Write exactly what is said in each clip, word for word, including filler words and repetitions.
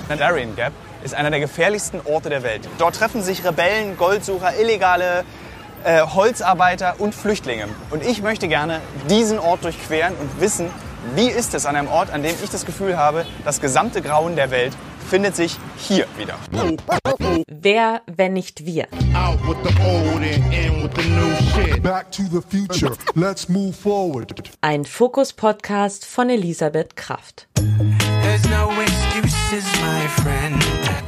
Der Darien Gap ist einer der gefährlichsten Orte der Welt. Dort treffen sich Rebellen, Goldsucher, illegale äh, Holzarbeiter und Flüchtlinge. Und ich möchte gerne diesen Ort durchqueren und wissen, wie ist es an einem Ort, an dem ich das Gefühl habe, das gesamte Grauen der Welt findet sich hier wieder. Wer, wenn nicht wir? Ein Fokus-Podcast von Elisabeth Kraft. There's no excuses, my friend.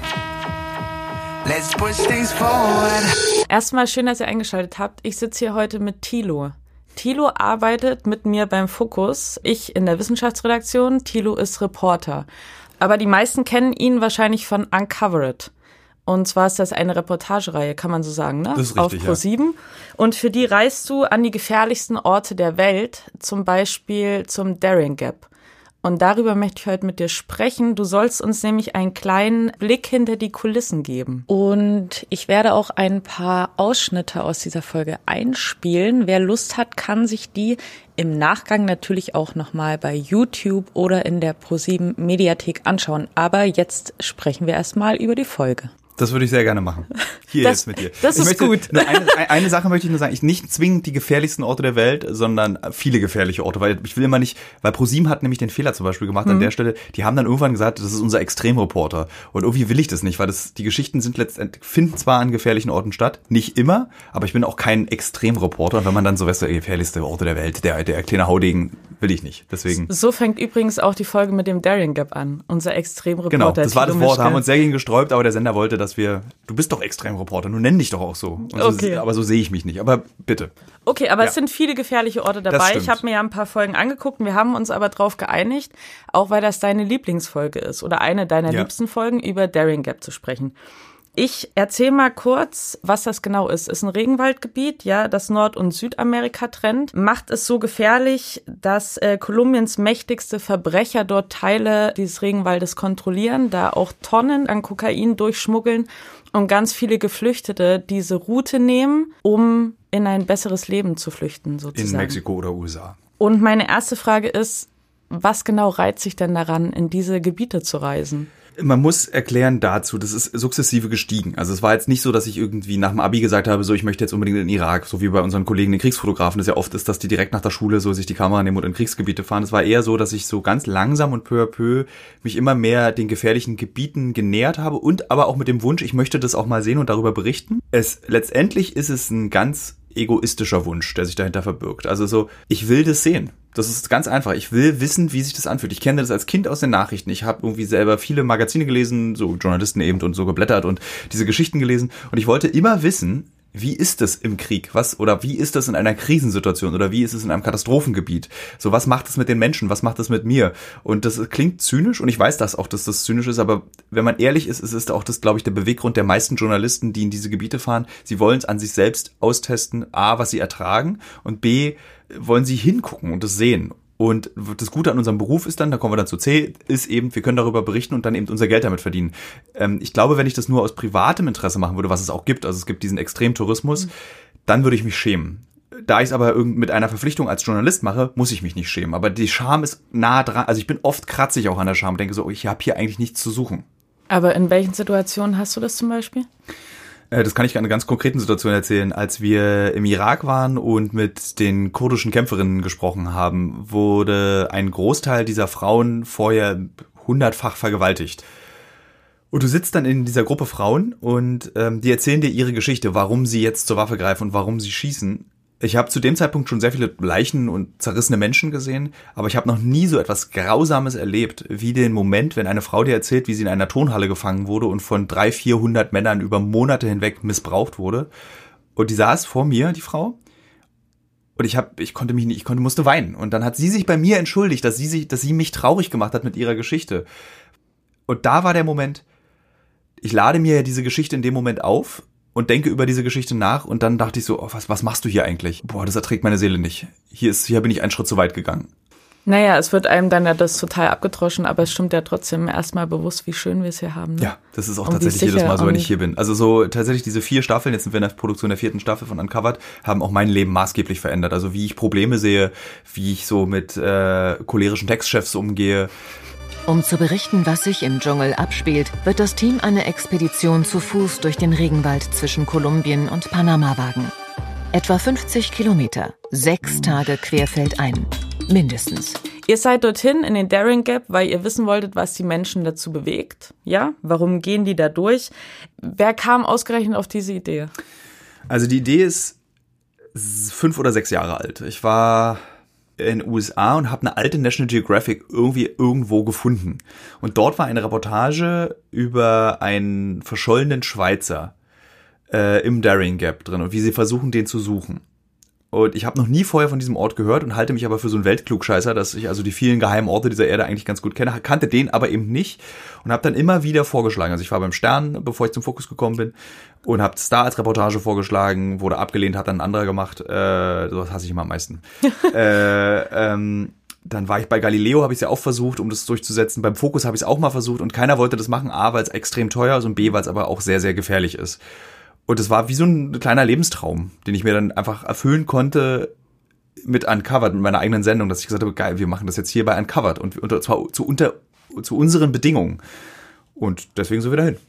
Let's push things forward. Erstmal schön, dass ihr eingeschaltet habt. Ich sitze hier heute mit Thilo. Thilo arbeitet mit mir beim Fokus. Ich in der Wissenschaftsredaktion. Thilo ist Reporter. Aber die meisten kennen ihn wahrscheinlich von Uncovered. Und zwar ist das eine Reportagereihe, kann man so sagen, ne? Das ist richtig, auf ProSieben. Ja. Und für die reist du an die gefährlichsten Orte der Welt, zum Beispiel zum Darien Gap. Und darüber möchte ich heute mit dir sprechen. Du sollst uns nämlich einen kleinen Blick hinter die Kulissen geben. Und ich werde auch ein paar Ausschnitte aus dieser Folge einspielen. Wer Lust hat, kann sich die im Nachgang natürlich auch nochmal bei YouTube oder in der ProSieben Mediathek anschauen. Aber jetzt sprechen wir erstmal über die Folge. Das würde ich sehr gerne machen. Hier das, jetzt mit dir. Das ich ist gut. Nur eine, eine Sache möchte ich nur sagen. Ich nicht zwingend die gefährlichsten Orte der Welt, sondern viele gefährliche Orte. Weil ich will immer nicht, weil ProSieben hat nämlich den Fehler zum Beispiel gemacht mhm. an der Stelle. Die haben dann irgendwann gesagt, das ist unser Extremreporter. Und irgendwie will ich das nicht, weil das, die Geschichten sind letztendlich, finden zwar an gefährlichen Orten statt, nicht immer, aber ich bin auch kein Extremreporter. Und wenn man dann so, weißt du, gefährlichste Orte der Welt, der, der kleine Haudegen, will ich nicht. Deswegen. So fängt übrigens auch die Folge mit dem Darien Gap an. Unser Extremreporter. Genau, das war das Wort. Da haben wir uns sehr gegen gesträubt, aber der Sender wollte, dass wir, du bist doch Extremreporter, nun nenn dich doch auch so. Und so okay. ist, aber so sehe ich mich nicht. Aber bitte. Okay, aber ja. es sind viele gefährliche Orte dabei. Ich habe mir ja ein paar Folgen angeguckt. Wir haben uns aber drauf geeinigt, auch weil das deine Lieblingsfolge ist oder eine deiner ja. liebsten Folgen, über Darien Gap zu sprechen. Ich erzähle mal kurz, was das genau ist. Es ist ein Regenwaldgebiet, ja, das Nord- und Südamerika trennt. Macht es so gefährlich, dass äh, Kolumbiens mächtigste Verbrecher dort Teile dieses Regenwaldes kontrollieren, da auch Tonnen an Kokain durchschmuggeln und ganz viele Geflüchtete diese Route nehmen, um in ein besseres Leben zu flüchten, sozusagen. In Mexiko oder U S A. Und meine erste Frage ist, was genau reizt sich denn daran, in diese Gebiete zu reisen? Man muss erklären dazu, das ist sukzessive gestiegen. Also es war jetzt nicht so, dass ich irgendwie nach dem Abi gesagt habe, so ich möchte jetzt unbedingt in den Irak, so wie bei unseren Kollegen, den Kriegsfotografen, das ja oft ist, dass die direkt nach der Schule so sich die Kamera nehmen und in Kriegsgebiete fahren. Es war eher so, dass ich so ganz langsam und peu à peu mich immer mehr den gefährlichen Gebieten genähert habe und aber auch mit dem Wunsch, ich möchte das auch mal sehen und darüber berichten. Es letztendlich ist es ein ganz egoistischer Wunsch, der sich dahinter verbirgt. Also so, ich will das sehen. Das ist ganz einfach. Ich will wissen, wie sich das anfühlt. Ich kenne das als Kind aus den Nachrichten. Ich habe irgendwie selber viele Magazine gelesen, so Journalisten eben und so geblättert und diese Geschichten gelesen. Und ich wollte immer wissen, wie ist es im Krieg? Was oder wie ist es in einer Krisensituation oder wie ist es in einem Katastrophengebiet? So, was macht es mit den Menschen? Was macht es mit mir? Und das klingt zynisch und ich weiß das auch, dass das zynisch ist, aber wenn man ehrlich ist, ist es auch das, glaube ich, der Beweggrund der meisten Journalisten, die in diese Gebiete fahren. Sie wollen es an sich selbst austesten, A, was sie ertragen und B, wollen sie hingucken und das sehen. Und das Gute an unserem Beruf ist dann, da kommen wir dann zu C, ist eben, wir können darüber berichten und dann eben unser Geld damit verdienen. Ähm, ich glaube, wenn ich das nur aus privatem Interesse machen würde, was es auch gibt, also es gibt diesen Extremtourismus, mhm. dann würde ich mich schämen. Da ich es aber mit einer Verpflichtung als Journalist mache, muss ich mich nicht schämen. Aber die Scham ist nah dran, also ich bin oft kratzig auch an der Scham und denke so, ich habe hier eigentlich nichts zu suchen. Aber in welchen Situationen hast du das zum Beispiel? Das kann ich an einer ganz konkreten Situation erzählen. Als wir im Irak waren und mit den kurdischen Kämpferinnen gesprochen haben, wurde ein Großteil dieser Frauen vorher hundertfach vergewaltigt. Und du sitzt dann in dieser Gruppe Frauen und ähm, die erzählen dir ihre Geschichte, warum sie jetzt zur Waffe greifen und warum sie schießen. Ich habe zu dem Zeitpunkt schon sehr viele Leichen und zerrissene Menschen gesehen, aber ich habe noch nie so etwas Grausames erlebt, wie den Moment, wenn eine Frau dir erzählt, wie sie in einer Turnhalle gefangen wurde und von dreihundert, vierhundert Männern über Monate hinweg missbraucht wurde. Und die saß vor mir, die Frau, und ich hab, ich konnte mich nicht, ich konnte, musste weinen. Und dann hat sie sich bei mir entschuldigt, dass sie sich, dass sie mich traurig gemacht hat mit ihrer Geschichte. Und da war der Moment, ich lade mir ja diese Geschichte in dem Moment auf und denke über diese Geschichte nach und dann dachte ich so, oh, was, was machst du hier eigentlich? Boah, das erträgt meine Seele nicht. Hier ist, hier bin ich einen Schritt zu weit gegangen. Naja, es wird einem dann ja das total abgedroschen, aber es stimmt ja trotzdem erstmal bewusst, wie schön wir es hier haben. Ne? Ja, das ist auch und tatsächlich jedes Mal so, wenn ich hier bin. Also so tatsächlich diese vier Staffeln, jetzt sind wir in der Produktion der vierten Staffel von Uncovered, haben auch mein Leben maßgeblich verändert. Also wie ich Probleme sehe, wie ich so mit äh, cholerischen Textchefs umgehe. Um zu berichten, was sich im Dschungel abspielt, wird das Team eine Expedition zu Fuß durch den Regenwald zwischen Kolumbien und Panama wagen. Etwa fünfzig Kilometer, sechs Tage querfeldein, mindestens. Ihr seid dorthin in den Darien Gap, weil ihr wissen wolltet, was die Menschen dazu bewegt. Ja, warum gehen die da durch? Wer kam ausgerechnet auf diese Idee? Also die Idee ist fünf oder sechs Jahre alt. Ich war in den U S A und habe eine alte National Geographic irgendwie irgendwo gefunden. Und dort war eine Reportage über einen verschollenen Schweizer äh, im Darien Gap drin und wie sie versuchen, den zu suchen. Und ich habe noch nie vorher von diesem Ort gehört und halte mich aber für so einen Weltklugscheißer, dass ich also die vielen geheimen Orte dieser Erde eigentlich ganz gut kenne, kannte den aber eben nicht und habe dann immer wieder vorgeschlagen. Also ich war beim Stern, bevor ich zum Fokus gekommen bin, und habe es da als Reportage vorgeschlagen, wurde abgelehnt, hat dann ein anderer gemacht. Äh, sowas hasse ich immer am meisten. äh, ähm, dann war ich bei Galileo, habe ich es ja auch versucht, um das durchzusetzen. Beim Fokus habe ich es auch mal versucht und keiner wollte das machen. A, weil es extrem teuer ist und B, weil es aber auch sehr, sehr gefährlich ist. Und es war wie so ein kleiner Lebenstraum, den ich mir dann einfach erfüllen konnte mit Uncovered, mit meiner eigenen Sendung, dass ich gesagt habe, geil, wir machen das jetzt hier bei Uncovered und, und zwar zu, unter, zu unseren Bedingungen. Und deswegen sind wir dahin.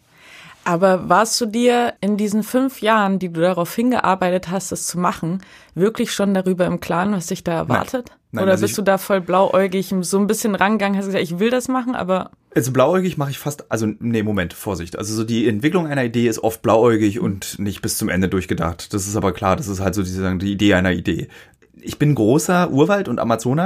Aber warst du dir in diesen fünf Jahren, die du darauf hingearbeitet hast, das zu machen, wirklich schon darüber im Klaren, was dich da erwartet? Nein. Nein, Oder also bist ich, du da voll blauäugig so ein bisschen rangegangen, hast gesagt, ich will das machen, aber... Also blauäugig mache ich fast, also nee, Moment, Vorsicht. Also so die Entwicklung einer Idee ist oft blauäugig und nicht bis zum Ende durchgedacht. Das ist aber klar, das ist halt so die, die Idee einer Idee. Ich bin großer Urwald- und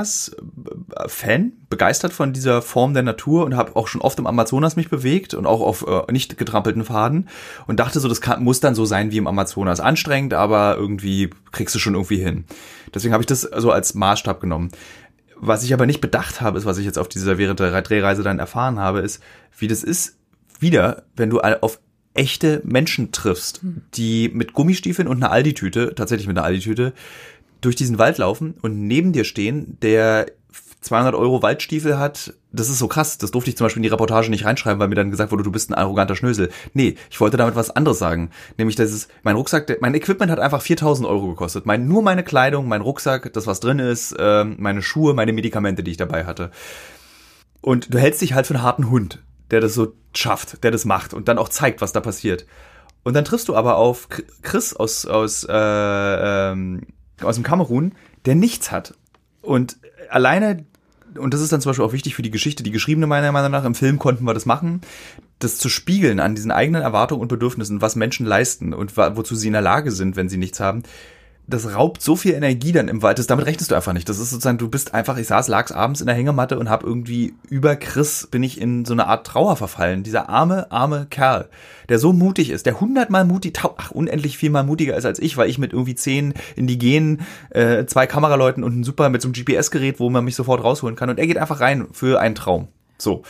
Amazonas-Fan, begeistert von dieser Form der Natur und habe auch schon oft im Amazonas mich bewegt und auch auf äh, nicht getrampelten Pfaden und dachte so, das kann, muss dann so sein wie im Amazonas. Anstrengend, aber irgendwie kriegst du schon irgendwie hin. Deswegen habe ich das so als Maßstab genommen. Was ich aber nicht bedacht habe, ist, was ich jetzt auf dieser während der Drehreise dann erfahren habe, ist, wie das ist, wieder, wenn du auf echte Menschen triffst, die mit Gummistiefeln und einer Aldi-Tüte, tatsächlich mit einer Aldi-Tüte, durch diesen Wald laufen und neben dir stehen, der zweihundert Euro Waldstiefel hat. Das ist so krass. Das durfte ich zum Beispiel in die Reportage nicht reinschreiben, weil mir dann gesagt wurde, du bist ein arroganter Schnösel. Nee, ich wollte damit was anderes sagen. Nämlich, dass es, mein Rucksack, der, mein Equipment hat einfach viertausend Euro gekostet. Mein, nur meine Kleidung, mein Rucksack, das was drin ist, äh, meine Schuhe, meine Medikamente, die ich dabei hatte. Und du hältst dich halt für einen harten Hund, der das so schafft, der das macht und dann auch zeigt, was da passiert. Und dann triffst du aber auf Chris aus, aus, äh, ähm, aus dem Kamerun, der nichts hat. Und alleine, und das ist dann zum Beispiel auch wichtig für die Geschichte, die geschriebene meiner Meinung nach, im Film konnten wir das machen, das zu spiegeln an diesen eigenen Erwartungen und Bedürfnissen, was Menschen leisten und wozu sie in der Lage sind, wenn sie nichts haben. Das raubt so viel Energie dann im Wald, das, damit rechnest du einfach nicht. Das ist sozusagen, du bist einfach, ich saß, lag's abends in der Hängematte und hab irgendwie über Chris bin ich in so eine Art Trauer verfallen. Dieser arme, arme Kerl, der so mutig ist, der hundertmal mutig, ach, unendlich viel mal mutiger ist als ich, weil ich mit irgendwie zehn Indigenen, äh, zwei Kameraleuten und ein super mit so einem G P S-Gerät, wo man mich sofort rausholen kann und er geht einfach rein für einen Traum. So.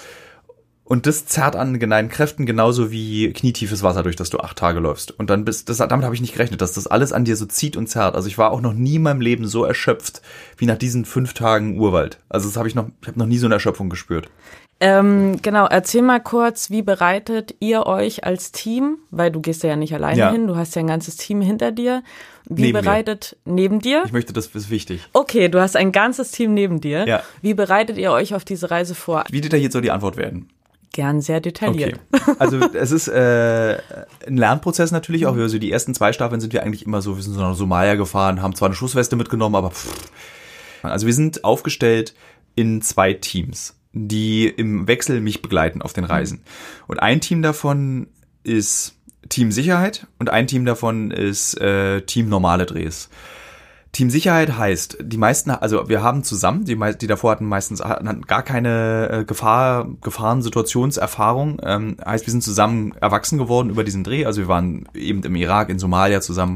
Und das zerrt an geneigten Kräften genauso wie knietiefes Wasser, durch das du acht Tage läufst. Und dann bist das, damit habe ich nicht gerechnet, dass das alles an dir so zieht und zerrt. Also ich war auch noch nie in meinem Leben so erschöpft wie nach diesen fünf Tagen Urwald. Also das habe ich noch, ich habe noch nie so eine Erschöpfung gespürt. Ähm, genau, erzähl mal kurz, wie bereitet ihr euch als Team, weil du gehst ja nicht alleine ja. hin, du hast ja ein ganzes Team hinter dir. Wie neben bereitet mir. Neben dir? Ich möchte, das ist wichtig. Okay, du hast ein ganzes Team neben dir. Ja. Wie bereitet ihr euch auf diese Reise vor? Wie detailliert soll die Antwort werden? Gern sehr detailliert. Okay. Also es ist äh, ein Lernprozess natürlich auch. Also die ersten zwei Staffeln sind wir eigentlich immer so, wir sind so nach Somalia gefahren, haben zwar eine Schussweste mitgenommen, aber pff. Also wir sind aufgestellt in zwei Teams, die im Wechsel mich begleiten auf den Reisen. Und ein Team davon ist Team Sicherheit und ein Team davon ist äh, Team normale Drehs. Team Sicherheit heißt, die meisten, also wir haben zusammen, die, die davor hatten meistens hatten gar keine äh, Gefahr, Gefahrensituationserfahrung, ähm, heißt, wir sind zusammen erwachsen geworden über diesen Dreh, also wir waren eben im Irak, in Somalia zusammen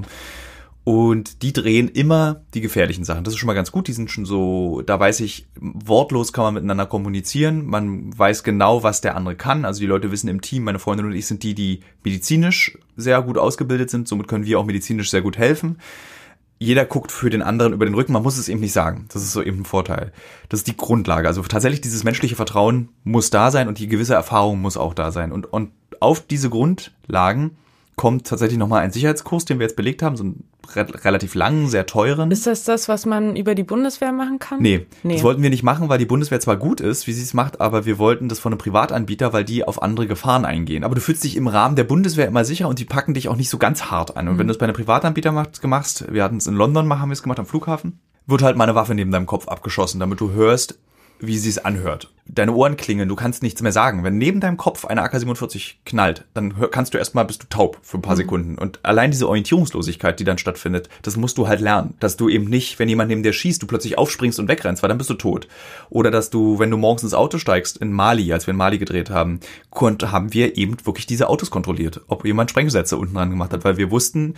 und die drehen immer die gefährlichen Sachen. Das ist schon mal ganz gut, die sind schon so, da weiß ich, wortlos kann man miteinander kommunizieren, man weiß genau, was der andere kann, also die Leute wissen im Team, meine Freundin und ich sind die, die medizinisch sehr gut ausgebildet sind, somit können wir auch medizinisch sehr gut helfen. Jeder guckt für den anderen über den Rücken, man muss es eben nicht sagen. Das ist so eben ein Vorteil. Das ist die Grundlage. Also tatsächlich dieses menschliche Vertrauen muss da sein und die gewisse Erfahrung muss auch da sein. Und, und auf diese Grundlagen kommt tatsächlich nochmal ein Sicherheitskurs, den wir jetzt belegt haben, so einen re- relativ langen, sehr teuren. Ist das das, was man über die Bundeswehr machen kann? Nee, nee, das wollten wir nicht machen, weil die Bundeswehr zwar gut ist, wie sie es macht, aber wir wollten das von einem Privatanbieter, weil die auf andere Gefahren eingehen. Aber du fühlst dich im Rahmen der Bundeswehr immer sicher und die packen dich auch nicht so ganz hart an. Und mhm. wenn du es bei einem Privatanbieter machst, wir hatten es in London, haben wir es gemacht am Flughafen, wird halt mal eine Waffe neben deinem Kopf abgeschossen, damit du hörst, wie sie es anhört. Deine Ohren klingeln, du kannst nichts mehr sagen. Wenn neben deinem Kopf eine A K siebenundvierzig knallt, dann hör, kannst du erstmal, bist du taub für ein paar mhm. Sekunden. Und allein diese Orientierungslosigkeit, die dann stattfindet, das musst du halt lernen. Dass du eben nicht, wenn jemand neben dir schießt, du plötzlich aufspringst und wegrennst, weil dann bist du tot. Oder dass du, wenn du morgens ins Auto steigst, in Mali, als wir in Mali gedreht haben, konnt, haben wir eben wirklich diese Autos kontrolliert. Ob jemand Sprengsätze unten dran gemacht hat, weil wir wussten,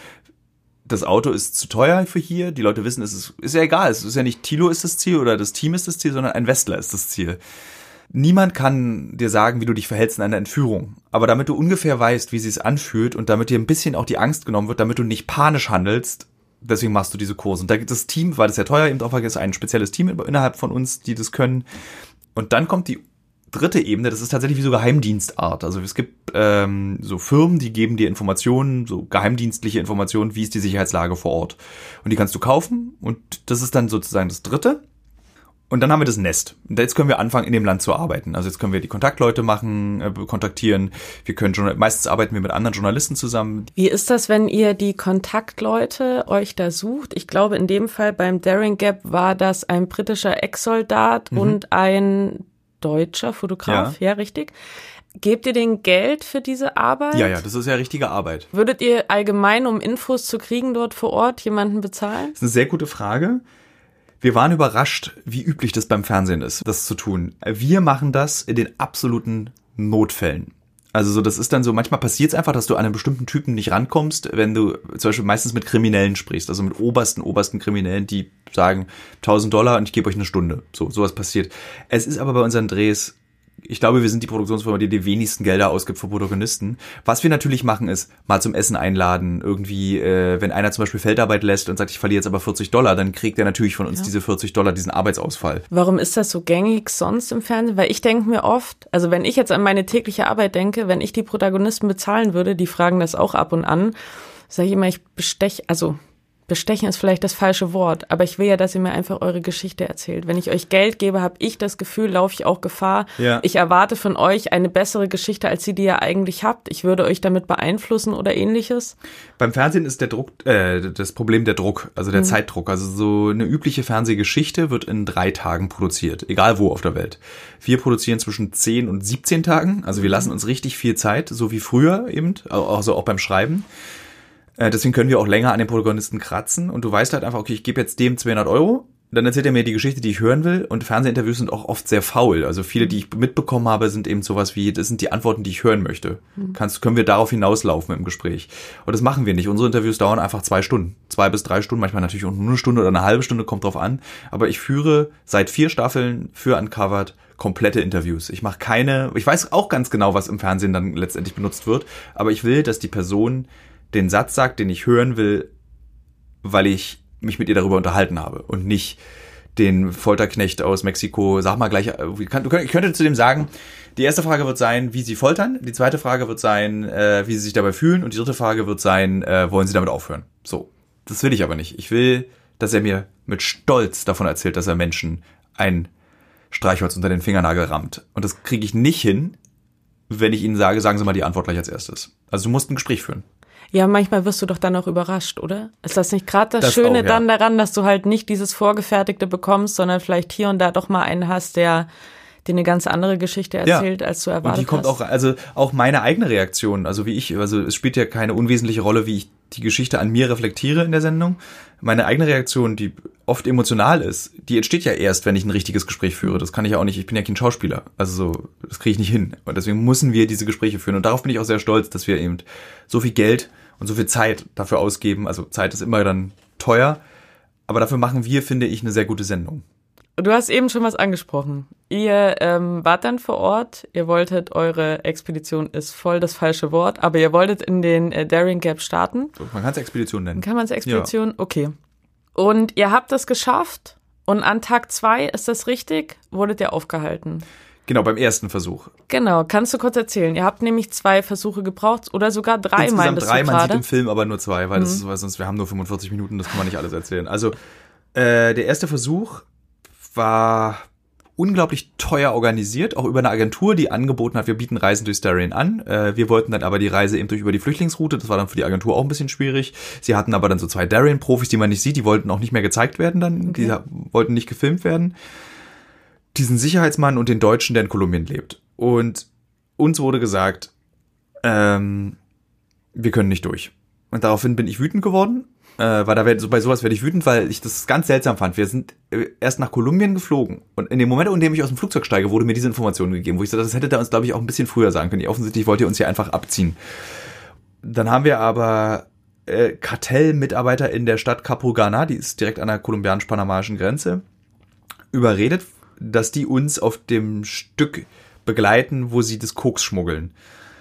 das Auto ist zu teuer für hier. Die Leute wissen, es ist, ist ja egal. Es ist ja nicht Thilo ist das Ziel oder das Team ist das Ziel, sondern ein Westler ist das Ziel. Niemand kann dir sagen, wie du dich verhältst in einer Entführung. Aber damit du ungefähr weißt, wie sie es anfühlt und damit dir ein bisschen auch die Angst genommen wird, damit du nicht panisch handelst, deswegen machst du diese Kurse. Und da gibt das Team, weil das ja teuer eben drauf ist, ein spezielles Team innerhalb von uns, die das können. Und dann kommt die dritte Ebene, das ist tatsächlich wie so Geheimdienstart. Also es gibt ähm, so Firmen, die geben dir Informationen, so geheimdienstliche Informationen, wie ist die Sicherheitslage vor Ort. Und die kannst du kaufen und das ist dann sozusagen das dritte. Und dann haben wir das Nest. Und jetzt können wir anfangen, in dem Land zu arbeiten. Also jetzt können wir die Kontaktleute machen, äh, kontaktieren. Wir können schon, meistens arbeiten wir mit anderen Journalisten zusammen. Wie ist das, wenn ihr die Kontaktleute euch da sucht? Ich glaube, in dem Fall beim Daring Gap war das ein britischer Ex-Soldat mhm. und ein deutscher Fotograf, ja. ja, richtig. Gebt ihr denen Geld für diese Arbeit? Ja, ja, das ist ja richtige Arbeit. Würdet ihr allgemein, um Infos zu kriegen, dort vor Ort jemanden bezahlen? Das ist eine sehr gute Frage. Wir waren überrascht, wie üblich das beim Fernsehen ist, das zu tun. Wir machen das in den absoluten Notfällen. Also so, das ist dann so, manchmal passiert es einfach, dass du an einen bestimmten Typen nicht rankommst, wenn du zum Beispiel meistens mit Kriminellen sprichst, also mit obersten, obersten Kriminellen, die sagen tausend Dollar und ich gebe euch eine Stunde. So, sowas passiert. Es ist aber bei unseren Drehs, ich glaube, wir sind die Produktionsfirma, die die wenigsten Gelder ausgibt für Protagonisten. Was wir natürlich machen, ist mal zum Essen einladen. Irgendwie, äh, wenn einer zum Beispiel Feldarbeit lässt und sagt, ich verliere jetzt aber vierzig Dollar, dann kriegt er natürlich von uns ja. diese vierzig Dollar, diesen Arbeitsausfall. Warum ist das so gängig sonst im Fernsehen? Weil ich denke mir oft, also wenn ich jetzt an meine tägliche Arbeit denke, wenn ich die Protagonisten bezahlen würde, die fragen das auch ab und an, sage ich immer, ich bestech, also Bestechen ist vielleicht das falsche Wort, aber ich will ja, dass ihr mir einfach eure Geschichte erzählt. Wenn ich euch Geld gebe, habe ich das Gefühl, laufe ich auch Gefahr. Ja. Ich erwarte von euch eine bessere Geschichte, als die, die ihr eigentlich habt. Ich würde euch damit beeinflussen oder ähnliches. Beim Fernsehen ist der Druck, äh, das Problem der Druck, also der mhm. Zeitdruck. Also so eine übliche Fernsehgeschichte wird in drei Tagen produziert, egal wo auf der Welt. Wir produzieren zwischen zehn und siebzehn Tagen, also wir lassen uns richtig viel Zeit, so wie früher eben, also auch beim Schreiben. Deswegen können wir auch länger an den Protagonisten kratzen und du weißt halt einfach, okay, ich gebe jetzt dem zweihundert Euro, dann erzählt er mir die Geschichte, die ich hören will und Fernsehinterviews sind auch oft sehr faul. Also viele, die ich mitbekommen habe, sind eben sowas wie, das sind die Antworten, die ich hören möchte. Kannst, können wir darauf hinauslaufen im Gespräch. Und das machen wir nicht. Unsere Interviews dauern einfach zwei Stunden, zwei bis drei Stunden, manchmal natürlich auch nur eine Stunde oder eine halbe Stunde, kommt drauf an. Aber ich führe seit vier Staffeln für Uncovered komplette Interviews. Ich mache keine, ich weiß auch ganz genau, was im Fernsehen dann letztendlich benutzt wird, aber ich will, dass die Person den Satz sagt, den ich hören will, weil ich mich mit ihr darüber unterhalten habe und nicht den Folterknecht aus Mexiko, sag mal gleich, ich könnte zu dem sagen, die erste Frage wird sein, wie sie foltern, die zweite Frage wird sein, äh, wie sie sich dabei fühlen und die dritte Frage wird sein, äh, wollen sie damit aufhören? So, das will ich aber nicht. Ich will, dass er mir mit Stolz davon erzählt, dass er Menschen ein Streichholz unter den Fingernagel rammt. Und das kriege ich nicht hin, wenn ich ihnen sage, sagen Sie mal die Antwort gleich als erstes. Also du musst ein Gespräch führen. Ja, manchmal wirst du doch dann auch überrascht, oder? Ist das nicht gerade das, das Schöne auch, ja. dann daran, dass du halt nicht dieses Vorgefertigte bekommst, sondern vielleicht hier und da doch mal einen hast, der dir eine ganz andere Geschichte erzählt, ja. als du erwartet hast? Und die kommt hast. auch, also auch meine eigene Reaktion, also wie ich, also es spielt ja keine unwesentliche Rolle, wie ich die Geschichte an mir reflektiere in der Sendung. Meine eigene Reaktion, die oft emotional ist, die entsteht ja erst, wenn ich ein richtiges Gespräch führe. Das kann ich ja auch nicht, ich bin ja kein Schauspieler. Also so, das kriege ich nicht hin. Und deswegen müssen wir diese Gespräche führen. Und darauf bin ich auch sehr stolz, dass wir eben so viel Geld und so viel Zeit dafür ausgeben. Also Zeit ist immer dann teuer. Aber dafür machen wir, finde ich, eine sehr gute Sendung. Du hast eben schon was angesprochen. Ihr ähm, wart dann vor Ort, ihr wolltet, eure Expedition ist voll das falsche Wort, aber ihr wolltet in den äh, Daring Gap starten. Man kann es Expedition nennen. Kann man es Expedition? Ja. Okay. Und ihr habt das geschafft und an Tag zwei, ist das richtig, wurdet ihr aufgehalten? Genau, beim ersten Versuch. Genau, kannst du kurz erzählen? Ihr habt nämlich zwei Versuche gebraucht oder sogar drei, Insgesamt meintest drei, du man gerade? sieht im Film aber nur zwei, weil, mhm. das ist, weil sonst wir haben nur fünfundvierzig Minuten, das kann man nicht alles erzählen. Also äh, der erste Versuch war unglaublich teuer organisiert, auch über eine Agentur, die angeboten hat, wir bieten Reisen durch Darien an. Äh, wir wollten dann aber die Reise eben durch über die Flüchtlingsroute, das war dann für die Agentur auch ein bisschen schwierig. Sie hatten aber dann so zwei Darien-Profis, die man nicht sieht, die wollten auch nicht mehr gezeigt werden dann, okay. Die wollten nicht gefilmt werden. Diesen Sicherheitsmann und den Deutschen, der in Kolumbien lebt. Und uns wurde gesagt, ähm, wir können nicht durch. Und daraufhin bin ich wütend geworden, äh, weil da werd, so bei sowas werde ich wütend, weil ich das ganz seltsam fand. Wir sind äh, erst nach Kolumbien geflogen und in dem Moment, in dem ich aus dem Flugzeug steige, wurde mir diese Information gegeben, wo ich sagte, das hätte der uns, glaube ich, auch ein bisschen früher sagen können. Offensichtlich wollt ihr uns hier einfach abziehen. Dann haben wir aber äh, Kartellmitarbeiter in der Stadt Capurganá, die ist direkt an der kolumbianisch-panamanischen Grenze, überredet, dass die uns auf dem Stück begleiten, wo sie das Koks schmuggeln.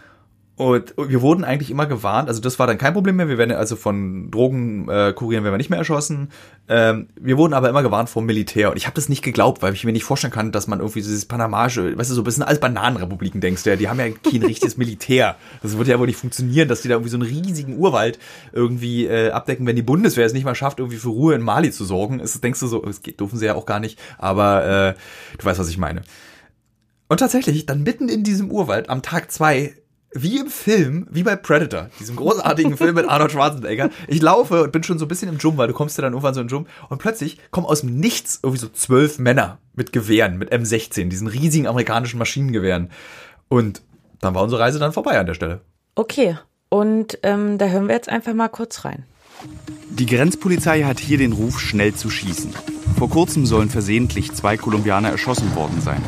Und wir wurden eigentlich immer gewarnt, also das war dann kein Problem mehr, wir werden also von Drogenkurieren äh, werden wir nicht mehr erschossen. Ähm, wir wurden aber immer gewarnt vom Militär und ich habe das nicht geglaubt, weil ich mir nicht vorstellen kann, dass man irgendwie dieses panamaische, weißt du, so ein bisschen als Bananenrepubliken denkst, ja, die haben ja kein richtiges Militär. Das würde ja wohl nicht funktionieren, dass die da irgendwie so einen riesigen Urwald irgendwie äh, abdecken, wenn die Bundeswehr es nicht mal schafft, irgendwie für Ruhe in Mali zu sorgen. Ist, denkst du so, das geht, dürfen sie ja auch gar nicht, aber äh, du weißt, was ich meine. Und tatsächlich, dann mitten in diesem Urwald am Tag zwei, wie im Film, wie bei Predator, diesem großartigen Film mit Arnold Schwarzenegger. Ich laufe und bin schon so ein bisschen im Dschungel, weil du kommst ja dann irgendwann so in den Dschungel und plötzlich kommen aus dem Nichts irgendwie so zwölf Männer mit Gewehren, mit M sechzehn, diesen riesigen amerikanischen Maschinengewehren. Und dann war unsere Reise dann vorbei an der Stelle. Okay, und ähm, da hören wir jetzt einfach mal kurz rein. Die Grenzpolizei hat hier den Ruf, schnell zu schießen. Vor kurzem sollen versehentlich zwei Kolumbianer erschossen worden sein.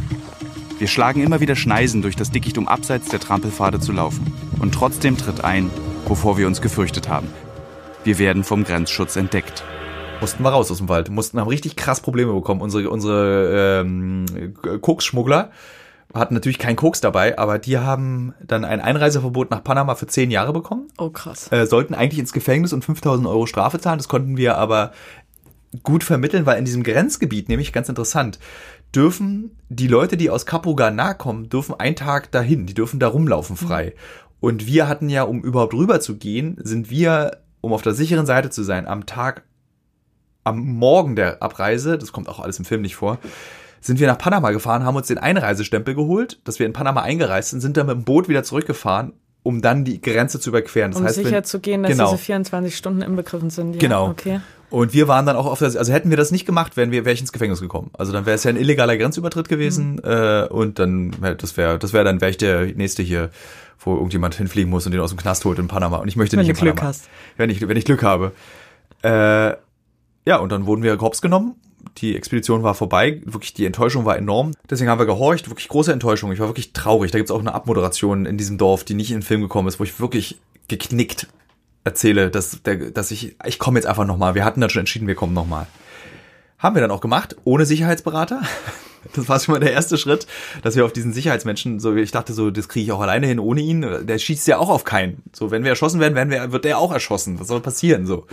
Wir schlagen immer wieder Schneisen durch das Dickicht, um abseits der Trampelpfade zu laufen. Und trotzdem tritt ein, wovor wir uns gefürchtet haben. Wir werden vom Grenzschutz entdeckt. Mussten wir raus aus dem Wald, mussten, haben richtig krass Probleme bekommen. Unsere, unsere ähm, Koksschmuggler hatten natürlich keinen Koks dabei, aber die haben dann ein Einreiseverbot nach Panama für zehn Jahre bekommen. Oh, krass. Äh, sollten eigentlich ins Gefängnis und fünftausend Euro Strafe zahlen. Das konnten wir aber gut vermitteln, weil in diesem Grenzgebiet, nämlich ganz interessant, dürfen die Leute, die aus Capurganá kommen, dürfen einen Tag dahin, die dürfen da rumlaufen frei. Mhm. Und wir hatten ja, um überhaupt rüber zu gehen, sind wir, um auf der sicheren Seite zu sein, am Tag, am Morgen der Abreise, das kommt auch alles im Film nicht vor, sind wir nach Panama gefahren, haben uns den Einreisestempel geholt, dass wir in Panama eingereist sind, sind dann mit dem Boot wieder zurückgefahren, um dann die Grenze zu überqueren. Das um heißt, sicher wenn, zu gehen, dass genau. diese vierundzwanzig Stunden inbegriffen sind. Ja, genau. Okay. Und wir waren dann auch auf der, also hätten wir das nicht gemacht, wären wir, wäre ich ins Gefängnis gekommen. Also dann wäre es ja ein illegaler Grenzübertritt gewesen, mhm. äh, und dann, das wäre, das wäre dann, wäre ich der Nächste hier, wo irgendjemand hinfliegen muss und den aus dem Knast holt in Panama. Und ich möchte wenn nicht in Panama. Glück hast. Wenn ich, wenn ich Glück habe. Äh, ja, und dann wurden wir hops genommen. Die Expedition war vorbei. Wirklich, die Enttäuschung war enorm. Deswegen haben wir gehorcht. Wirklich große Enttäuschung. Ich war wirklich traurig. Da gibt's auch eine Abmoderation in diesem Dorf, die nicht in den Film gekommen ist, wo ich wirklich geknickt erzähle, dass, der, dass ich, ich komme jetzt einfach nochmal. Wir hatten dann schon entschieden, wir kommen nochmal. Haben wir dann auch gemacht, ohne Sicherheitsberater. Das war schon mal der erste Schritt, dass wir auf diesen Sicherheitsmenschen, so ich dachte so, das kriege ich auch alleine hin, ohne ihn. Der schießt ja auch auf keinen. So, wenn wir erschossen werden, werden wir, wird der auch erschossen. Was soll passieren? So.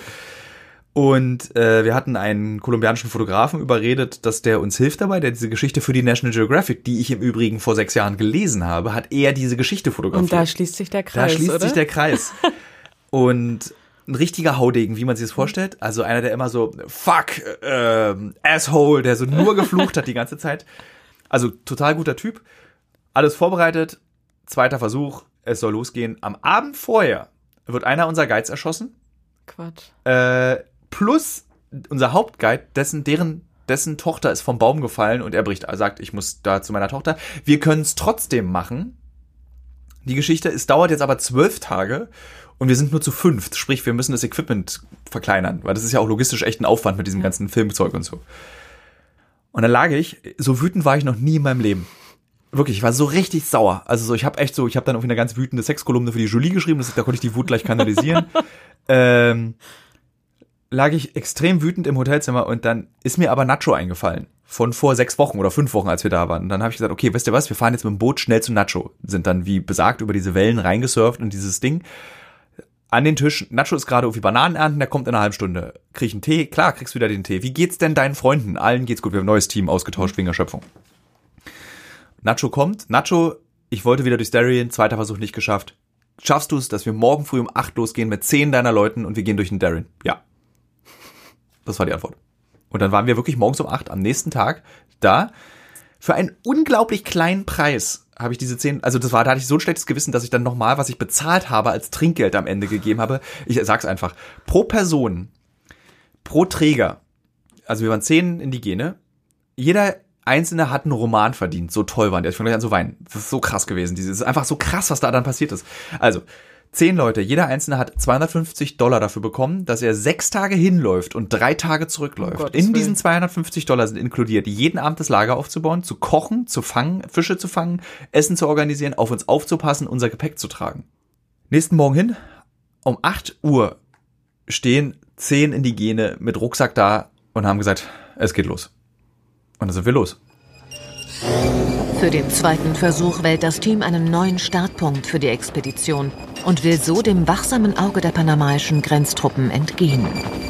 Und äh, wir hatten einen kolumbianischen Fotografen überredet, dass der uns hilft dabei, der diese Geschichte für die National Geographic, die ich im Übrigen vor sechs Jahren gelesen habe, hat er diese Geschichte fotografiert. Und da schließt sich der Kreis, Da schließt oder? sich der Kreis. Und ein richtiger Haudegen, wie man sich das vorstellt. Also einer, der immer so, fuck, äh, Asshole, der so nur geflucht hat die ganze Zeit. Also total guter Typ. Alles vorbereitet. Zweiter Versuch. Es soll losgehen. Am Abend vorher wird einer unserer Guides erschossen. Quatsch. Äh, plus unser Hauptguide, dessen, deren, dessen Tochter ist vom Baum gefallen und er bricht, er sagt, ich muss da zu meiner Tochter. Wir können es trotzdem machen. Die Geschichte, es dauert jetzt aber zwölf Tage. Und wir sind nur zu fünft, sprich, wir müssen das Equipment verkleinern, weil das ist ja auch logistisch echt ein Aufwand mit diesem ganzen Filmzeug und so. Und dann lag ich, so wütend war ich noch nie in meinem Leben. Wirklich, ich war so richtig sauer. Also so, ich habe echt so, ich habe dann irgendwie eine ganz wütende Sexkolumne für die Julie geschrieben, das, da konnte ich die Wut gleich kanalisieren. ähm, lag ich extrem wütend im Hotelzimmer und dann ist mir aber Nacho eingefallen. Von vor sechs Wochen oder fünf Wochen, als wir da waren. Und dann habe ich gesagt, okay, wisst ihr was, wir fahren jetzt mit dem Boot schnell zu Nacho. Sind dann, wie besagt, über diese Wellen reingesurft und dieses Ding an den Tisch. Nacho ist gerade irgendwie Bananen ernten, der kommt in einer halben Stunde. Krieg ich einen Tee? Klar, kriegst du wieder den Tee. Wie geht's denn deinen Freunden? Allen geht's gut. Wir haben ein neues Team ausgetauscht wegen Erschöpfung. Nacho kommt. Nacho, ich wollte wieder durchs Darien, zweiter Versuch nicht geschafft. Schaffst du es, dass wir morgen früh um acht losgehen mit zehn deiner Leuten und wir gehen durch den Darien? Ja. Das war die Antwort. Und dann waren wir wirklich morgens um acht am nächsten Tag da. Für einen unglaublich kleinen Preis habe ich diese zehn, also das war, da hatte ich so ein schlechtes Gewissen, dass ich dann nochmal, was ich bezahlt habe, als Trinkgeld am Ende gegeben habe. Ich sag's einfach. Pro Person, pro Träger, also wir waren zehn Indigene, jeder Einzelne hat einen Roman verdient. So toll waren die. Ich fange gleich an zu weinen. Das ist so krass gewesen. Das ist einfach so krass, was da dann passiert ist. Also, zehn Leute, jeder Einzelne hat zweihundertfünfzig Dollar dafür bekommen, dass er sechs Tage hinläuft und drei Tage zurückläuft. Oh, in diesen zweihundertfünfzig Dollar sind inkludiert, jeden Abend das Lager aufzubauen, zu kochen, zu fangen, Fische zu fangen, Essen zu organisieren, auf uns aufzupassen, unser Gepäck zu tragen. Nächsten Morgen hin, um acht Uhr stehen zehn Indigene mit Rucksack da und haben gesagt, es geht los. Und dann sind wir los. Für den zweiten Versuch wählt das Team einen neuen Startpunkt für die Expedition und will so dem wachsamen Auge der panamaischen Grenztruppen entgehen.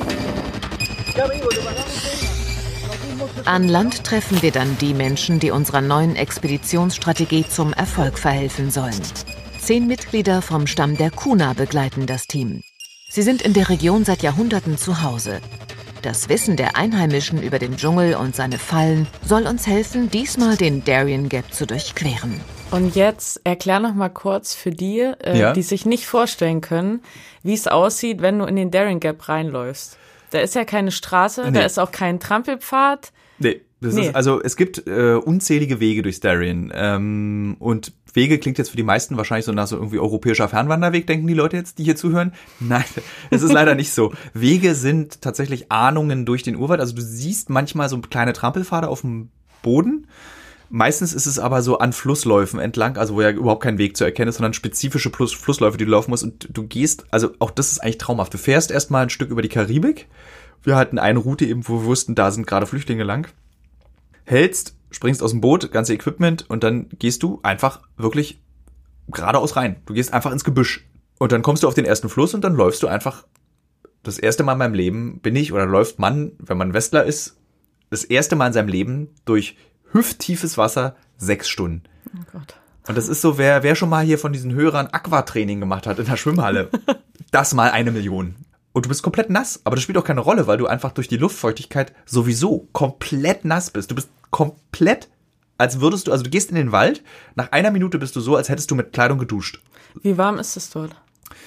An Land treffen wir dann die Menschen, die unserer neuen Expeditionsstrategie zum Erfolg verhelfen sollen. Zehn Mitglieder vom Stamm der Kuna begleiten das Team. Sie sind in der Region seit Jahrhunderten zu Hause. Das Wissen der Einheimischen über den Dschungel und seine Fallen soll uns helfen, diesmal den Darien Gap zu durchqueren. Und jetzt erklär noch mal kurz für die, äh, ja. die sich nicht vorstellen können, wie es aussieht, wenn du in den Darien Gap reinläufst. Da ist ja keine Straße, nee. Da ist auch kein Trampelpfad. Nee. Das nee. ist, also es gibt äh, unzählige Wege durchs Darien ähm, und Wege klingt jetzt für die meisten wahrscheinlich so nach so irgendwie europäischer Fernwanderweg, denken die Leute jetzt, die hier zuhören. Nein, es ist leider nicht so. Wege sind tatsächlich Ahnungen durch den Urwald, also du siehst manchmal so kleine Trampelpfade auf dem Boden. Meistens ist es aber so an Flussläufen entlang, also wo ja überhaupt kein Weg zu erkennen ist, sondern spezifische Plus- Flussläufe, die du laufen musst und du gehst, also auch das ist eigentlich traumhaft. Du fährst erstmal ein Stück über die Karibik. Wir hatten eine Route eben, wo wir wussten, da sind gerade Flüchtlinge lang. Hältst, springst aus dem Boot, ganze Equipment und dann gehst du einfach wirklich geradeaus rein. Du gehst einfach ins Gebüsch und dann kommst du auf den ersten Fluss und dann läufst du einfach, das erste Mal in meinem Leben bin ich oder läuft man, wenn man Westler ist, das erste Mal in seinem Leben durch hüfttiefes Wasser sechs Stunden. Oh Gott. Und das ist so, wer, wer schon mal hier von diesen Hörern Aquatraining gemacht hat in der Schwimmhalle, das mal eine Million. Und du bist komplett nass, aber das spielt auch keine Rolle, weil du einfach durch die Luftfeuchtigkeit sowieso komplett nass bist. Du bist komplett, als würdest du, also du gehst in den Wald, nach einer Minute bist du so, als hättest du mit Kleidung geduscht. Wie warm ist es dort?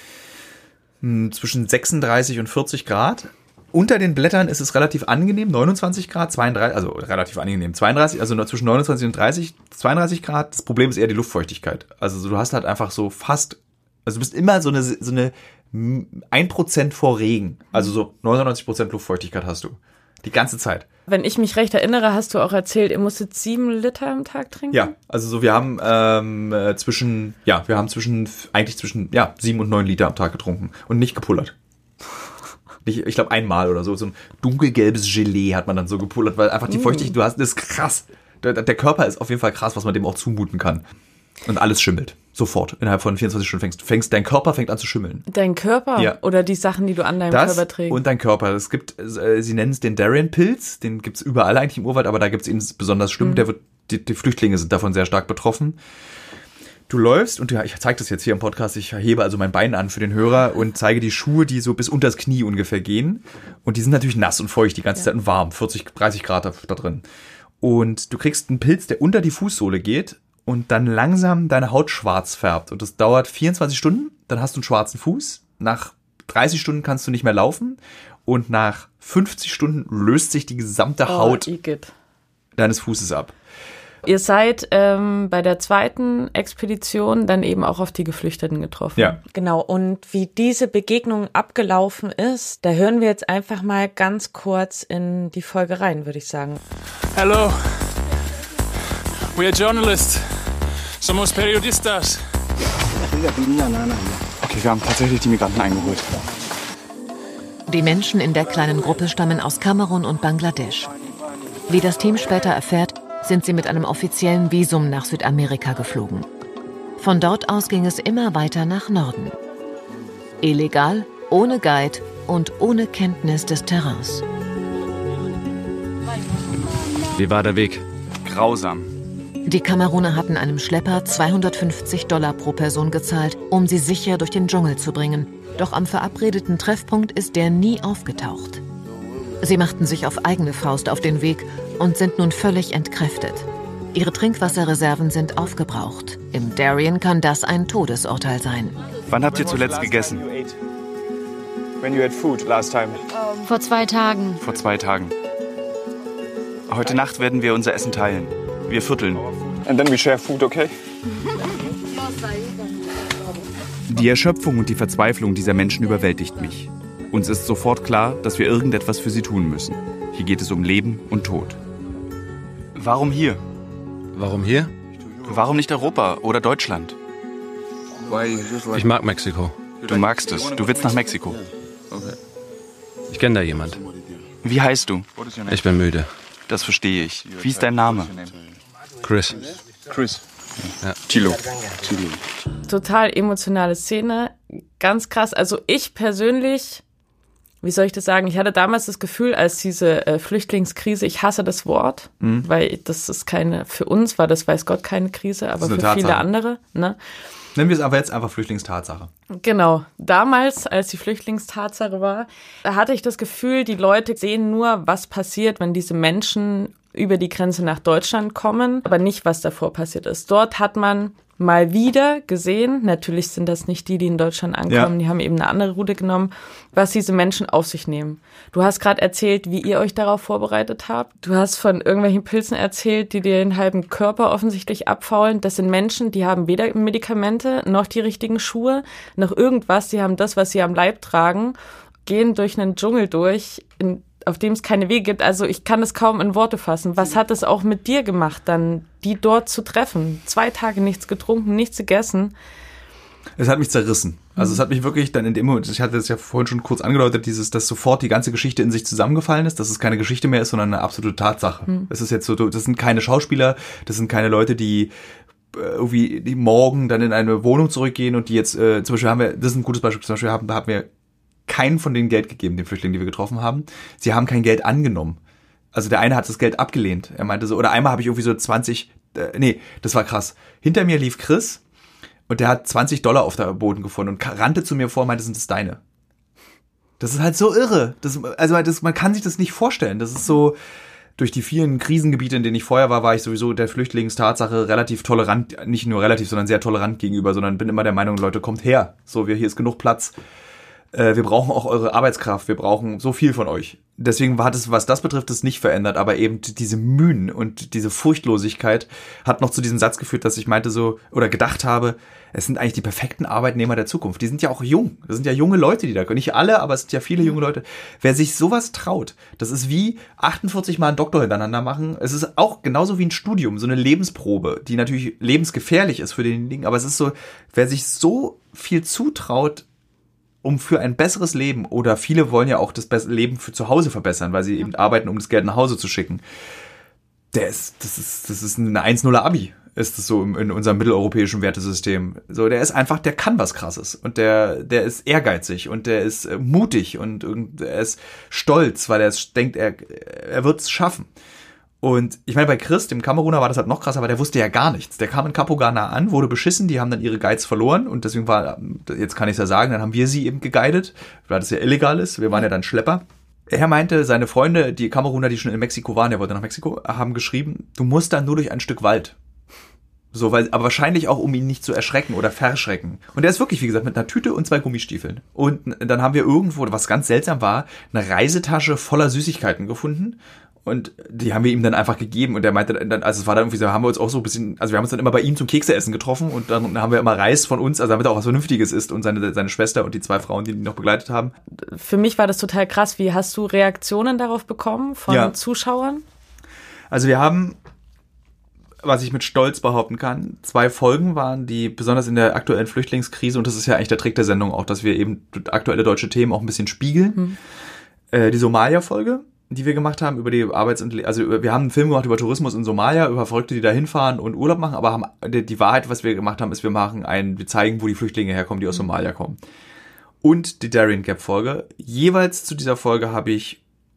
Hm, zwischen sechsunddreißig und vierzig Grad. Unter den Blättern ist es relativ angenehm, neunundzwanzig Grad, zweiunddreißig, also relativ angenehm, zweiunddreißig, also zwischen neunundzwanzig und dreißig, zweiunddreißig Grad. Das Problem ist eher die Luftfeuchtigkeit. Also du hast halt einfach so fast, also du bist immer so eine, so eine ein Prozent vor Regen. Also so neunundneunzig Prozent Luftfeuchtigkeit hast du. Die ganze Zeit. Wenn ich mich recht erinnere, hast du auch erzählt, ihr musstet sieben Liter am Tag trinken? Ja, also so wir haben ähm, zwischen, ja, wir haben zwischen, eigentlich zwischen, ja, sieben und neun Liter am Tag getrunken und nicht gepullert. Ich, ich glaube einmal oder so, so ein dunkelgelbes Gelee hat man dann so gepullert, weil einfach die Feuchtigkeit, du hast, das ist krass. Der, der Körper ist auf jeden Fall krass, was man dem auch zumuten kann. Und alles schimmelt. Sofort. Innerhalb von vierundzwanzig Stunden fängst, fängst dein Körper fängt an zu schimmeln. Dein Körper? Ja. Oder die Sachen, die du an deinem das Körper trägst? Und dein Körper. Es gibt, äh, sie nennen es den Darien-Pilz. Den gibt's überall eigentlich im Urwald, aber da gibt's ihn besonders schlimm. Mhm. Der wird, die, die Flüchtlinge sind davon sehr stark betroffen. Du läufst und ja, ich zeige das jetzt hier im Podcast. Ich hebe also mein Bein an für den Hörer und zeige die Schuhe, die so bis unter das Knie ungefähr gehen. Und die sind natürlich nass und feucht die ganze ja. Zeit und warm. vierzig, dreißig Grad da, da drin. Und du kriegst einen Pilz, der unter die Fußsohle geht und dann langsam deine Haut schwarz färbt. Und das dauert vierundzwanzig Stunden, dann hast du einen schwarzen Fuß. Nach dreißig Stunden kannst du nicht mehr laufen. Und nach fünfzig Stunden löst sich die gesamte Haut oh, deines Fußes ab. Ihr seid ähm, bei der zweiten Expedition dann eben auch auf die Geflüchteten getroffen. Ja. Genau, und wie diese Begegnung abgelaufen ist, da hören wir jetzt einfach mal ganz kurz in die Folge rein, würde ich sagen. Hello, we are journalists. Somos periodistas. Okay, wir haben tatsächlich die Migranten eingeholt. Die Menschen in der kleinen Gruppe stammen aus Kamerun und Bangladesch. Wie das Team später erfährt, sind sie mit einem offiziellen Visum nach Südamerika geflogen. Von dort aus ging es immer weiter nach Norden. Illegal, ohne Guide und ohne Kenntnis des Terrains. Wie war der Weg? Grausam. Die Kameruner hatten einem Schlepper zweihundertfünfzig Dollar pro Person gezahlt, um sie sicher durch den Dschungel zu bringen. Doch am verabredeten Treffpunkt ist der nie aufgetaucht. Sie machten sich auf eigene Faust auf den Weg und sind nun völlig entkräftet. Ihre Trinkwasserreserven sind aufgebraucht. Im Darien kann das ein Todesurteil sein. Wann habt ihr zuletzt gegessen? Vor zwei Tagen. Vor zwei Tagen. Heute Nacht werden wir unser Essen teilen. Wir vierteln. And then we share food, okay? Die Erschöpfung und die Verzweiflung dieser Menschen überwältigt mich. Uns ist sofort klar, dass wir irgendetwas für sie tun müssen. Hier geht es um Leben und Tod. Warum hier? Warum hier? Warum nicht Europa oder Deutschland? Ich mag Mexiko. Du magst es. Du willst nach Mexiko. Ich kenne da jemand. Wie heißt du? Ich bin müde. Das verstehe ich. Wie ist dein Name? Chris. Chris. Ja. Tilo. Total emotionale Szene. Ganz krass. Also ich persönlich, wie soll ich das sagen, ich hatte damals das Gefühl, als diese äh, Flüchtlingskrise, ich hasse das Wort, mhm. weil das ist keine, für uns war das, weiß Gott, keine Krise, aber für Tatsache. Viele andere. Ne? Nennen wir es aber jetzt einfach Flüchtlingstatsache. Genau. Damals, als die Flüchtlingstatsache war, da hatte ich das Gefühl, die Leute sehen nur, was passiert, wenn diese Menschen über die Grenze nach Deutschland kommen, aber nicht, was davor passiert ist. Dort hat man mal wieder gesehen, natürlich sind das nicht die, die in Deutschland ankommen, ja. Die haben eben eine andere Route genommen, was diese Menschen auf sich nehmen. Du hast gerade erzählt, wie ihr euch darauf vorbereitet habt. Du hast von irgendwelchen Pilzen erzählt, die dir den halben Körper offensichtlich abfaulen. Das sind Menschen, die haben weder Medikamente, noch die richtigen Schuhe, noch irgendwas. Die haben das, was sie am Leib tragen, gehen durch einen Dschungel durch, in auf dem es keine Wege gibt. Also ich kann es kaum in Worte fassen. Was hat es auch mit dir gemacht, dann die dort zu treffen? Zwei Tage nichts getrunken, nichts gegessen. Es hat mich zerrissen. Also es hat mich wirklich dann in dem Moment, ich hatte das ja vorhin schon kurz angedeutet, dieses, dass sofort die ganze Geschichte in sich zusammengefallen ist, dass es keine Geschichte mehr ist, sondern eine absolute Tatsache. Mhm. Es ist jetzt so, das sind keine Schauspieler, das sind keine Leute, die irgendwie die morgen dann in eine Wohnung zurückgehen und die jetzt, äh, zum Beispiel haben wir, das ist ein gutes Beispiel, zum Beispiel haben, haben wir keinen von denen Geld gegeben, den Flüchtlingen, die wir getroffen haben. Sie haben kein Geld angenommen. Also der eine hat das Geld abgelehnt. Er meinte so, oder einmal habe ich irgendwie so zwanzig, äh, nee, das war krass. Hinter mir lief Chris und der hat zwanzig Dollar auf der Boden gefunden und rannte zu mir vor und meinte, sind das deine? Das ist halt so irre. Das, also das, man kann sich das nicht vorstellen. Das ist so, durch die vielen Krisengebiete, in denen ich vorher war, war ich sowieso der Flüchtlingstatsache relativ tolerant, nicht nur relativ, sondern sehr tolerant gegenüber, sondern bin immer der Meinung, Leute, kommt her. So, wir, hier ist genug Platz. Wir brauchen auch eure Arbeitskraft, wir brauchen so viel von euch. Deswegen hat es, was das betrifft, es nicht verändert, aber eben diese Mühen und diese Furchtlosigkeit hat noch zu diesem Satz geführt, dass ich meinte so, oder gedacht habe, es sind eigentlich die perfekten Arbeitnehmer der Zukunft. Die sind ja auch jung. Das sind ja junge Leute, die da können. Nicht alle, aber es sind ja viele junge Leute. Wer sich sowas traut, das ist wie achtundvierzig Mal einen Doktor hintereinander machen. Es ist auch genauso wie ein Studium, so eine Lebensprobe, die natürlich lebensgefährlich ist für denjenigen, aber es ist so, wer sich so viel zutraut, um für ein besseres Leben, oder viele wollen ja auch das Leben für zu Hause verbessern, weil sie eben arbeiten, um das Geld nach Hause zu schicken. Der ist, das ist, das ist eine eins null Abi, ist das so in unserem mitteleuropäischen Wertesystem. So, der ist einfach, der kann was Krasses und der, der ist ehrgeizig und der ist mutig und, und er ist stolz, weil er es denkt, er, er wird es schaffen. Und ich meine, bei Chris, dem Kameruner, war das halt noch krasser, aber der wusste ja gar nichts. Der kam in Capo Ghana an, wurde beschissen, die haben dann ihre Guides verloren und deswegen war, jetzt kann ich es ja sagen, dann haben wir sie eben geguidet, weil das ja illegal ist. Wir waren ja dann Schlepper. Er meinte, seine Freunde, die Kameruner, die schon in Mexiko waren, der wollte nach Mexiko, haben geschrieben, du musst dann nur durch ein Stück Wald. So, weil, aber wahrscheinlich auch, um ihn nicht zu erschrecken oder verschrecken. Und er ist wirklich, wie gesagt, mit einer Tüte und zwei Gummistiefeln. Und dann haben wir irgendwo, was ganz seltsam war, eine Reisetasche voller Süßigkeiten gefunden. Und die haben wir ihm dann einfach gegeben und er meinte dann, also es war dann irgendwie so, haben wir uns auch so ein bisschen, also wir haben uns dann immer bei ihm zum Kekseessen getroffen und dann haben wir immer Reis von uns, also damit er auch was Vernünftiges isst und seine, seine Schwester und die zwei Frauen, die ihn noch begleitet haben. Für mich war das total krass. Wie hast du Reaktionen darauf bekommen von ja. Zuschauern? Also wir haben, was ich mit Stolz behaupten kann, zwei Folgen waren, die besonders in der aktuellen Flüchtlingskrise, und das ist ja eigentlich der Trick der Sendung auch, dass wir eben aktuelle deutsche Themen auch ein bisschen spiegeln. Hm. Äh, die Somalia-Folge, die wir gemacht haben über die Arbeits- und Le- also wir haben einen Film gemacht über Tourismus in Somalia, über Verrückte, die da hinfahren und Urlaub machen, aber haben die, die Wahrheit, was wir gemacht haben, ist, wir machen ein, wir zeigen, wo die Flüchtlinge herkommen, die aus Somalia kommen. Und die Darien Gap Folge. Jeweils zu dieser Folge habe ich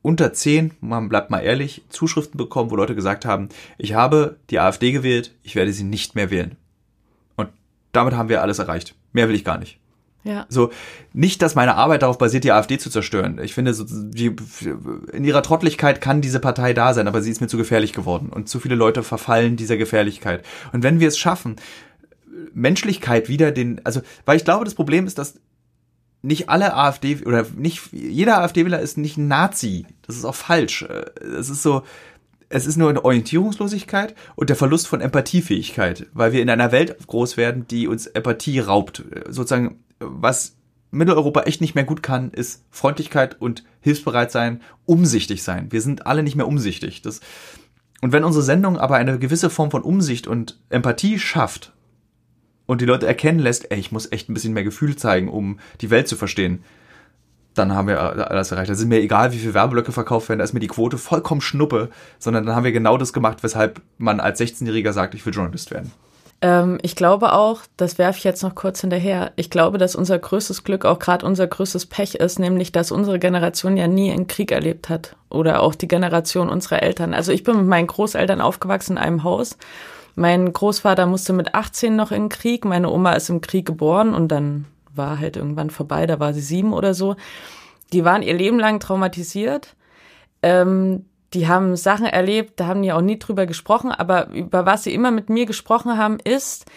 unter zehn, man bleibt mal ehrlich, Zuschriften bekommen, wo Leute gesagt haben, ich habe die AfD gewählt, ich werde sie nicht mehr wählen. Und damit haben wir alles erreicht. Mehr will ich gar nicht. Ja. So, nicht, dass meine Arbeit darauf basiert, die AfD zu zerstören. Ich finde, so, die, in ihrer Trottlichkeit kann diese Partei da sein, aber sie ist mir zu gefährlich geworden. Und zu viele Leute verfallen dieser Gefährlichkeit. Und wenn wir es schaffen, Menschlichkeit wieder den, also, weil ich glaube, das Problem ist, dass nicht alle AfD, oder nicht, jeder AfD-Wähler ist nicht ein Nazi. Das ist auch falsch. Es ist so, es ist nur eine Orientierungslosigkeit und der Verlust von Empathiefähigkeit, weil wir in einer Welt groß werden, die uns Empathie raubt. Sozusagen, was Mitteleuropa echt nicht mehr gut kann, ist Freundlichkeit und hilfsbereit sein, umsichtig sein. Wir sind alle nicht mehr umsichtig. Das, und wenn unsere Sendung aber eine gewisse Form von Umsicht und Empathie schafft und die Leute erkennen lässt, ey, ich muss echt ein bisschen mehr Gefühl zeigen, um die Welt zu verstehen, dann haben wir alles erreicht. Da ist mir egal, wie viele Werbeblöcke verkauft werden, da ist mir die Quote vollkommen Schnuppe, sondern dann haben wir genau das gemacht, weshalb man als sechzehnjähriger sagt, ich will Journalist werden. Ähm, ich glaube auch, das werfe ich jetzt noch kurz hinterher, ich glaube, dass unser größtes Glück auch gerade unser größtes Pech ist, nämlich, dass unsere Generation ja nie einen Krieg erlebt hat oder auch die Generation unserer Eltern. Also ich bin mit meinen Großeltern aufgewachsen in einem Haus. Mein Großvater musste mit achtzehn noch in den Krieg, meine Oma ist im Krieg geboren und dann war halt irgendwann vorbei, da war sie sieben oder so. Die waren ihr Leben lang traumatisiert. Ähm, die haben Sachen erlebt, da haben die auch nie drüber gesprochen, aber über was sie immer mit mir gesprochen haben, ist,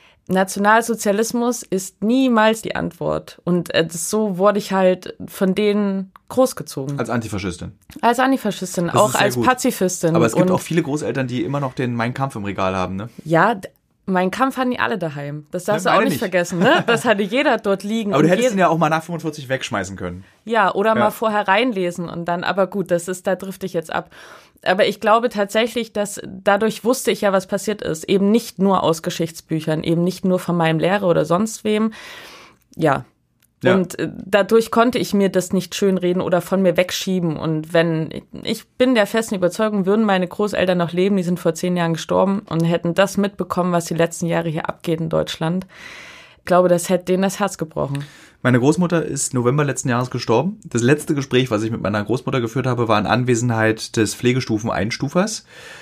Nationalsozialismus ist niemals die Antwort. Und äh, das, so wurde ich halt von denen großgezogen. Als Antifaschistin. Als Antifaschistin, auch als gut. Pazifistin. Aber es gibt und auch viele Großeltern, die immer noch den Mein Kampf im Regal haben, ne? Ja, Mein Kampf hatten die alle daheim. Das darfst ja, du auch nicht, nicht vergessen, ne? Das hatte jeder dort liegen. Aber du hättest ihn ja auch mal nach fünfundvierzig wegschmeißen können. Ja, oder ja. mal vorher reinlesen und dann, aber gut, das ist, da drifte ich jetzt ab. Aber ich glaube tatsächlich, dass dadurch wusste ich ja, was passiert ist. Eben nicht nur aus Geschichtsbüchern, eben nicht nur von meinem Lehrer oder sonst wem. Ja. Ja. Und dadurch konnte ich mir das nicht schönreden oder von mir wegschieben. Und wenn, ich bin der festen Überzeugung, würden meine Großeltern noch leben, die sind vor zehn Jahren gestorben und hätten das mitbekommen, was die letzten Jahre hier abgeht in Deutschland. Ich glaube, das hätte denen das Herz gebrochen. Meine Großmutter ist November letzten Jahres gestorben. Das letzte Gespräch, was ich mit meiner Großmutter geführt habe, war in Anwesenheit des Pflegestufen-Einstufers.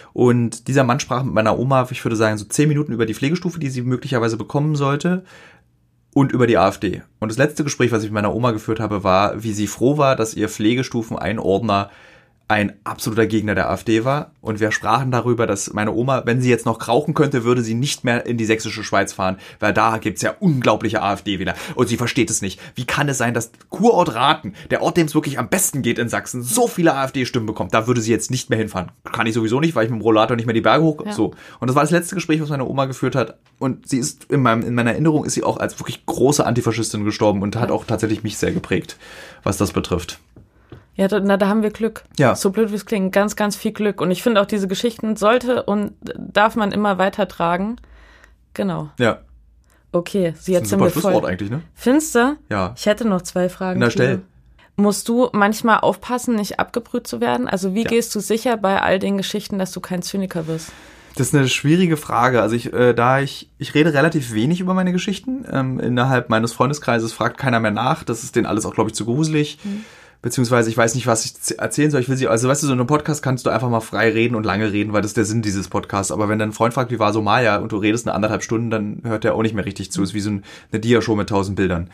Und dieser Mann sprach mit meiner Oma, ich würde sagen, so zehn Minuten über die Pflegestufe, die sie möglicherweise bekommen sollte. Und über die AfD. Und das letzte Gespräch, was ich mit meiner Oma geführt habe, war, wie sie froh war, dass ihr Pflegestufeneinordner ein absoluter Gegner der AfD war. Und wir sprachen darüber, dass meine Oma, wenn sie jetzt noch rauchen könnte, würde sie nicht mehr in die sächsische Schweiz fahren, weil da gibt's ja unglaubliche AfD-Wähler. Und sie versteht es nicht. Wie kann es sein, dass Kurort Rathen, der Ort, dem es wirklich am besten geht in Sachsen, so viele AfD-Stimmen bekommt? Da würde sie jetzt nicht mehr hinfahren. Kann ich sowieso nicht, weil ich mit dem Rollator nicht mehr die Berge hoch... Ja. So. Und das war das letzte Gespräch, was meine Oma geführt hat. Und sie ist, in, meinem, in meiner Erinnerung, ist sie auch als wirklich große Antifaschistin gestorben und hat auch tatsächlich mich sehr geprägt, was das betrifft. Ja, da, na, da haben wir Glück. Ja. So blöd wie es klingt, ganz, ganz viel Glück. Und ich finde auch, diese Geschichten sollte und darf man immer weitertragen. Genau. Ja. Okay, sie jetzt sind wir voll. Schlusswort eigentlich, ne? Findest du? Ja. Ich hätte noch zwei Fragen. Na, stell. Musst du manchmal aufpassen, nicht abgebrüht zu werden? Also wie ja. gehst du sicher bei all den Geschichten, dass du kein Zyniker wirst? Das ist eine schwierige Frage. Also ich, äh, da ich, ich rede relativ wenig über meine Geschichten. Ähm, innerhalb meines Freundeskreises fragt keiner mehr nach. Das ist denen alles auch, glaube ich, zu gruselig. Mhm. Beziehungsweise ich weiß nicht, was ich erzählen soll. Ich will sie, also weißt du, so in einem Podcast kannst du einfach mal frei reden und lange reden, weil das ist der Sinn dieses Podcasts. Aber wenn dein Freund fragt, wie war Somalia und du redest eine anderthalb Stunden, dann hört der auch nicht mehr richtig zu. Es ist wie so eine Dia-Show mit tausend Bildern.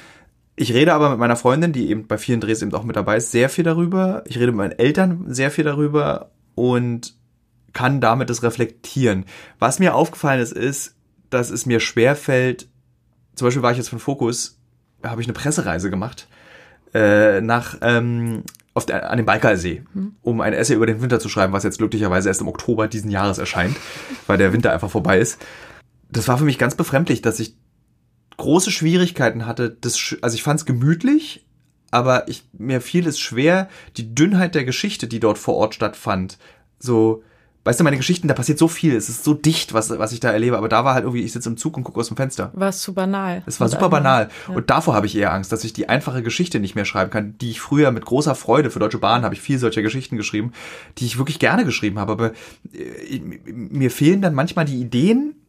Ich rede aber mit meiner Freundin, die eben bei vielen Drehs eben auch mit dabei ist, sehr viel darüber. Ich rede mit meinen Eltern sehr viel darüber und kann damit das reflektieren. Was mir aufgefallen ist, ist, dass es mir schwerfällt, zum Beispiel war ich jetzt von Focus, da habe ich eine Pressereise gemacht, nach ähm, auf der, an den Baikalsee, um ein Essay über den Winter zu schreiben, was jetzt glücklicherweise erst im Oktober diesen Jahres erscheint, weil der Winter einfach vorbei ist. Das war für mich ganz befremdlich, dass ich große Schwierigkeiten hatte. Das, also ich fand es gemütlich, aber ich, mir fiel es schwer, die Dünnheit der Geschichte, die dort vor Ort stattfand, so... Weißt du, meine Geschichten, da passiert so viel, es ist so dicht, was was ich da erlebe, aber da war halt irgendwie, ich sitze im Zug und gucke aus dem Fenster. War es zu banal. Es war super banal. Ja. Und davor habe ich eher Angst, dass ich die einfache Geschichte nicht mehr schreiben kann, die ich früher mit großer Freude, für Deutsche Bahn habe ich viel solcher Geschichten geschrieben, die ich wirklich gerne geschrieben habe, aber äh, mir fehlen dann manchmal die Ideen,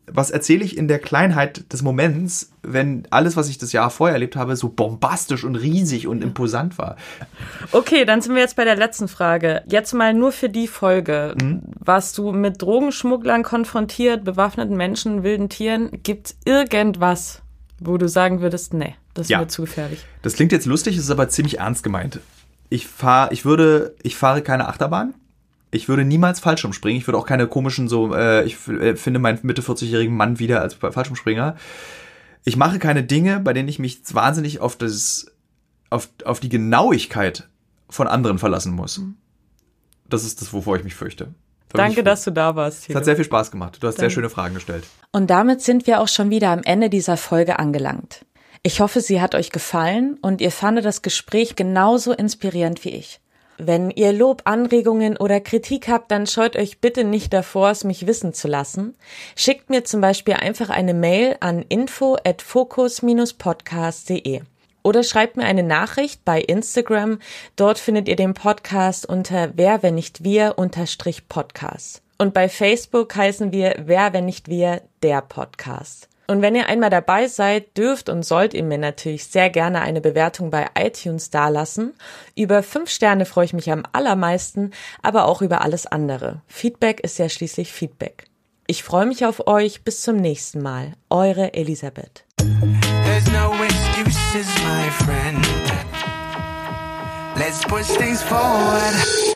was erzähle ich in der Kleinheit des Moments, wenn alles, was ich das Jahr vorher erlebt habe, so bombastisch und riesig und imposant war? Okay, dann sind wir jetzt bei der letzten Frage. Jetzt mal nur für die Folge. Mhm. Warst du mit Drogenschmugglern konfrontiert, bewaffneten Menschen, wilden Tieren? Gibt's irgendwas, wo du sagen würdest, nee, das ist ja. mir zu gefährlich? Das klingt jetzt lustig, ist aber ziemlich ernst gemeint. Ich fahre, ich würde, ich fahre keine Achterbahn. Ich würde niemals Fallschirmspringen. Ich würde auch keine komischen so, äh, ich äh, finde meinen Mitte vierzig-jährigen Mann wieder als Fallschirmspringer. Ich mache keine Dinge, bei denen ich mich wahnsinnig auf das, auf, auf die Genauigkeit von anderen verlassen muss. Das ist das, wovor ich mich fürchte. Danke, dass du da warst. Es hat sehr viel Spaß gemacht. Du hast Danke. sehr schöne Fragen gestellt. Und damit sind wir auch schon wieder am Ende dieser Folge angelangt. Ich hoffe, sie hat euch gefallen und ihr fandet das Gespräch genauso inspirierend wie ich. Wenn ihr Lob, Anregungen oder Kritik habt, dann scheut euch bitte nicht davor, es mich wissen zu lassen. Schickt mir zum Beispiel einfach eine Mail an info at focus dash podcast punkt de oder schreibt mir eine Nachricht bei Instagram. Dort findet ihr den Podcast unter Wer, wenn nicht wir, unterstrich Podcast. Und bei Facebook heißen wir Wer, wenn nicht wir, der Podcast. Und wenn ihr einmal dabei seid, dürft und sollt ihr mir natürlich sehr gerne eine Bewertung bei iTunes dalassen. Über fünf Sterne freue ich mich am allermeisten, aber auch über alles andere. Feedback ist ja schließlich Feedback. Ich freue mich auf euch. Bis zum nächsten Mal. Eure Elisabeth. There's no excuses, my friend. Let's push things forward.